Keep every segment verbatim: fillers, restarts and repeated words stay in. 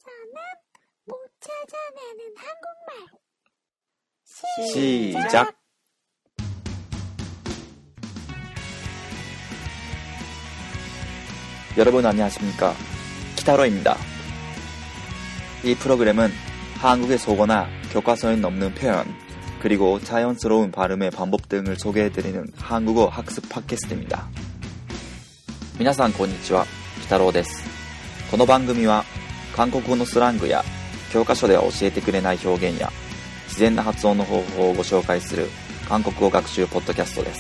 여기서는 못 찾아내는 한국말 시작! 여러분 안녕하십니까? 키타로입니다. 이 프로그램은 한국의 속어나 교과서에 없는 표현, 그리고 자연스러운 발음의 방법 등을 소개해드리는 한국어 학습 팟캐스트입니다. 皆さんこんにちは、キタロウです。この番組は韓国語のスラングや教科書では教えてくれない表現や自然な発音の方法をご紹介する韓国語学習ポッドキャストです。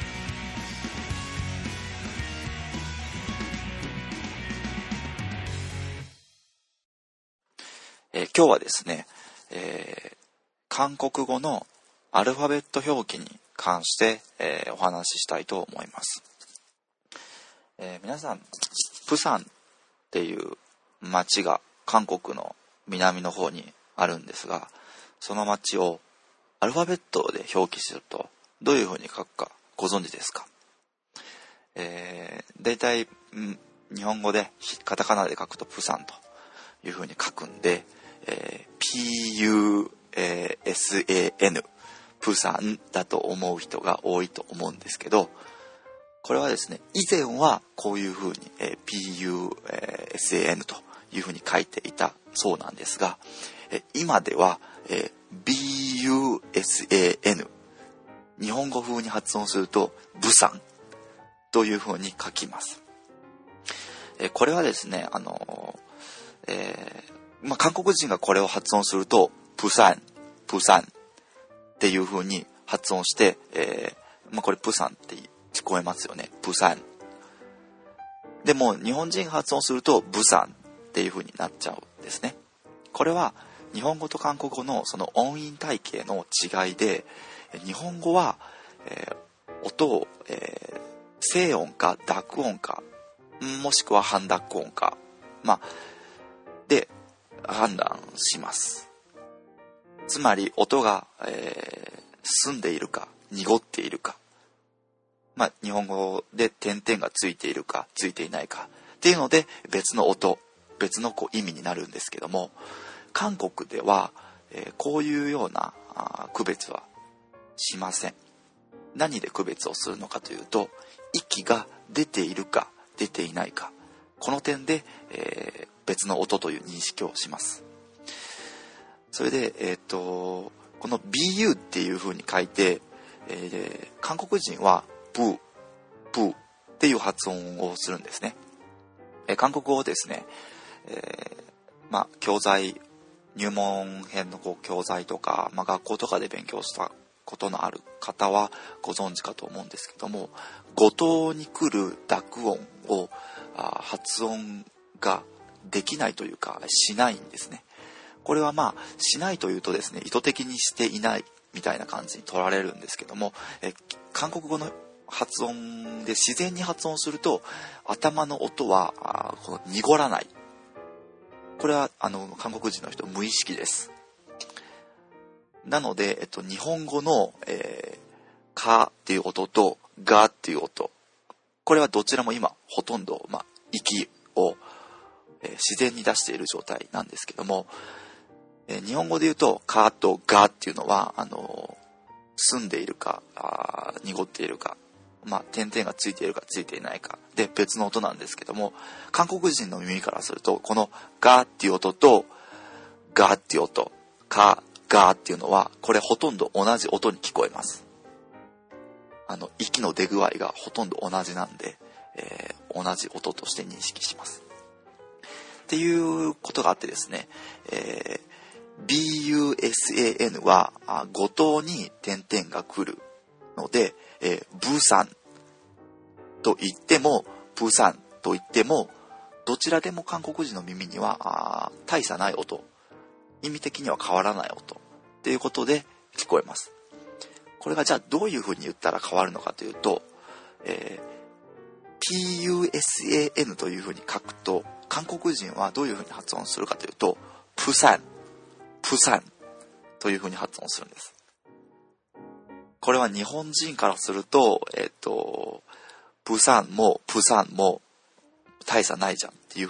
えー、今日はですね、えー、韓国語のアルファベット表記に関して、えー、お話ししたいと思います。えー、皆さん、プサンっていう町が韓国の南の方にあるんですが、その町をアルファベットで表記するとどういう風に書くかご存知ですか？えー、だいたい日本語でカタカナで書くとプサンという風に書くんで、えー、ピーユーエスエーエヌ プサンだと思う人が多いと思うんですけど、これはですね、以前はこういう風に、えー、ピーユーエスエーエヌ という風に書いていたそうなんですが、えー、今では、えー、ビーユーエスエーエヌ 日本語風に発音するとブサンという風に書きます。えー、これはですね、あのーえーまあ、韓国人がこれを発音するとプサン、プサンっていう風に発音して、えーまあ、これプサンって聞こえますよね。プサン。でも日本人が発音するとブサンっていう風になっちゃうんですね。これは日本語と韓国語のその音韻体系の違いで、日本語は、えー、音を、えー、静音か濁音か、もしくは半濁音か、まあ、で判断します。つまり音が、えー、澄んでいるか濁っているか、まあ、日本語で点々がついているかついていないかっていうので別の音、別のこう意味になるんですけども、韓国では、えー、こういうようなあ区別はしません。何で区別をするのかというと、息が出ているか出ていないか、この点で、えー、別の音という認識をします。それで、えー、とこの ビーユー っていう風に書いて、えー、韓国人はプー、プーっていう発音をするんですね。えー、韓国語をですね、えー、まあ教材、入門編のこう教材とか、まあ、学校とかで勉強したことのある方はご存知かと思うんですけども、語頭に来る濁音をあ発音ができないというかしないんですね。これはまあしないというとですね、意図的にしていないみたいな感じに取られるんですけども、え韓国語の発音で自然に発音すると頭の音はあこの濁らない。これはあの韓国人の人無意識です。なので、えっと、日本語の、えー、かっていう音とがっていう音、これはどちらも今ほとんど、まあ、息を、えー、自然に出している状態なんですけども、えー、日本語で言うとかとがっていうのはあの澄んでいるかあ濁っているか、まあ、点々がついているかついていないかで別の音なんですけども、韓国人の耳からするとこのガーっていう音とガーっていう音、カガーっていうのはこれほとんど同じ音に聞こえます。あの息の出具合がほとんど同じなんで、えー、同じ音として認識しますっていうことがあってですね、えー、ビーユーエスエーエヌ は語頭に点々が来るので、えー、ブサンと言ってもプサンと言ってもどちらでも韓国人の耳には大差ない音、意味的には変わらない音っていうことで聞こえます。これがじゃあどういうふうに言ったら変わるのかというと、えー、ピーユーエスエーエヌ というふうに書くと韓国人はどういうふうに発音するかというとプサン、プサンというふうに発音するんです。これは日本人からすると、えっと、プサンもプサンも大差ないじゃんっていうふうに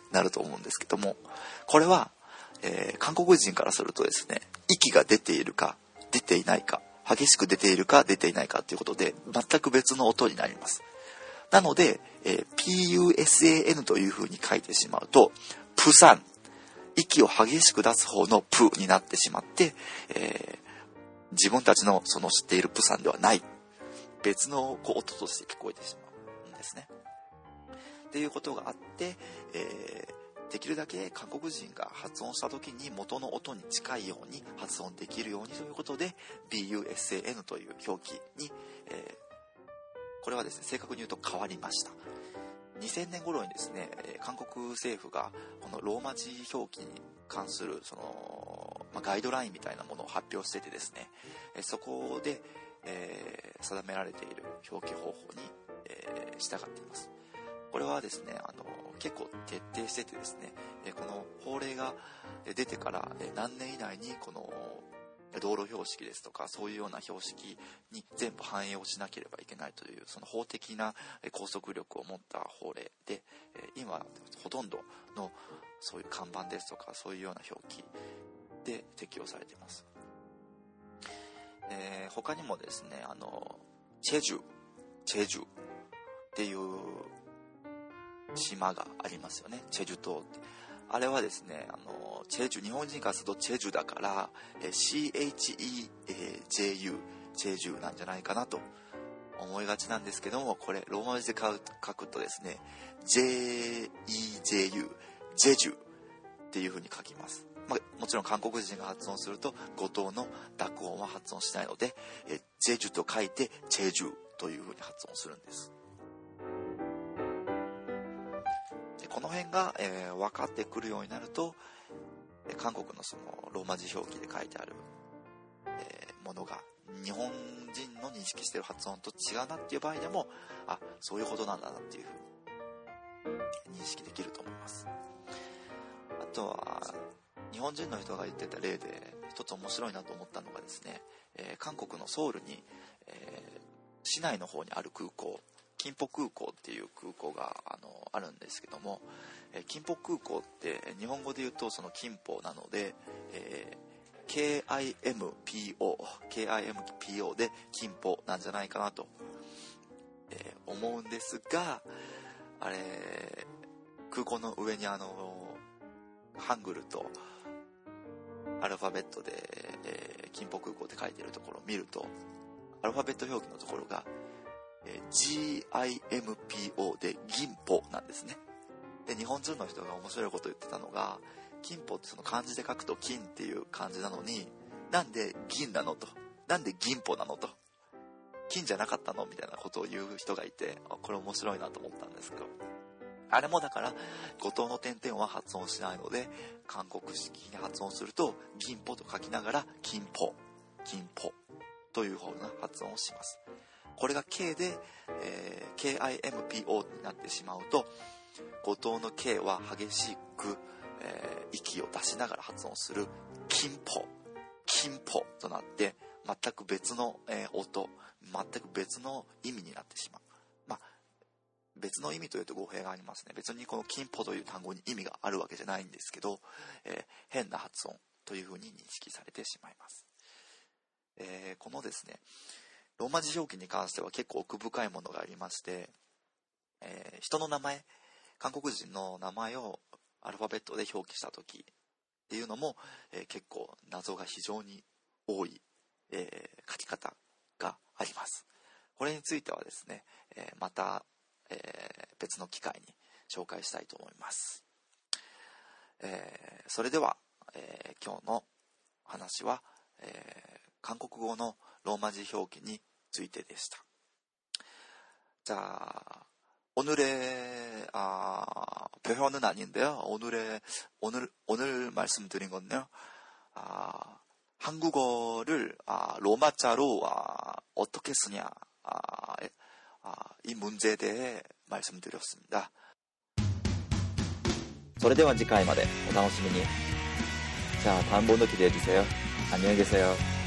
なると思うんですけども、これは、えー、韓国人からするとですね、息が出ているか出ていないか、激しく出ているか出ていないかということで全く別の音になります。なので、えー、ピーユーエスエーエヌ という風に書いてしまうと、プサン、息を激しく出す方のプになってしまって、えー、自分たちのその知っているプサンではない別のこう音として聞こえてしまうんですね。っていうことがあって、えー、できるだけ韓国人が発音した時に元の音に近いように発音できるようにということで ピーユーエスエーエヌ という表記に、えー、これはですね、正確に言うと変わりました。にせんねん頃にですね、韓国政府がこのローマ字表記に関するその、まあ、ガイドラインみたいなものを発表しててですね、そこで、えー、定められている表記方法に、えー、従っています。これはですね、あの結構徹底しててですね、この法令が出てから何年以内にこの道路標識ですとかそういうような標識に全部反映をしなければいけないというその法的な拘束力を持った法令で、今ほとんどのそういう看板ですとかそういうような表記で適用されています。えー、他にもですね、あのチェジュチェジュっていう島がありますよね。チェジュ島って、あれはですね、あのチェジュ、日本人からするとチェジュだから、えー、シーエイチイージェーユー チェジュなんじゃないかなと思いがちなんですけども、これローマ字で書くとですね ジェイイージェーユー ジェジュっていう風に書きます。まあ、もちろん韓国人が発音すると五島の濁音は発音しないので、えー、ジェジュと書いてチェジュという風に発音するんです。この辺が、えー、分かってくるようになると、韓国のそのローマ字表記で書いてある、えー、ものが日本人の認識している発音と違うなっていう場合でも、あ、そういうことなんだなっていうふうに認識できると思います。あとは日本人の人が言ってた例で一つ面白いなと思ったのがですね、えー、韓国のソウルに、えー、市内の方にある空港、金浦空港っていう空港が あのあるんですけども、えー、金浦空港って日本語で言うとその金浦なので、えー、ケーアイエムピーオー ケーアイエムピーオー で金浦なんじゃないかなと、えー、思うんですが、あれ空港の上にあのハングルとアルファベットで、えー、金浦空港って書いてるところを見ると、アルファベット表記のところがジーアイエムピーオー で銀浦なんですね。で、日本人の人が面白いことを言ってたのが、金浦ってその漢字で書くと金っていう漢字なのに、なんで銀なのと、なんで銀浦なのと、金じゃなかったのみたいなことを言う人がいて、あ、これ面白いなと思ったんですけど、あれもだから五島の点々は発音しないので、韓国式に発音すると銀浦と書きながら金浦、金浦という方の発音をします。これが K で、えー、ケーアイエムピーオー になってしまうと、五島の K は激しく、えー、息を出しながら発音する金浦、金浦となって全く別の、えー、音、全く別の意味になってしまう。まあ別の意味というと語弊がありますね。別にこの金浦という単語に意味があるわけじゃないんですけど、えー、変な発音というふうに認識されてしまいます。えー、このですねローマ字表記に関しては結構奥深いものがありまして、えー、人の名前、韓国人の名前をアルファベットで表記した時っていうのも、えー、結構謎が非常に多い、えー、書き方があります。これについてはですね、えー、また、えー、別の機会に紹介したいと思います。えー、それでは、えー、今日の話は、えー、韓国語のローマ字表記についてでした。자, 오늘의 아, 표현은 아닌데요. 오늘의 오늘 오늘 말씀드린 건요. 아, 한국어를 아, 로마자로 아, 어떻게 쓰냐 아, 아, 이 문제에 대해 말씀드렸습니다. それでは次回までお楽しみに。じゃあ、単語の記で해주세요。안녕히 계세요。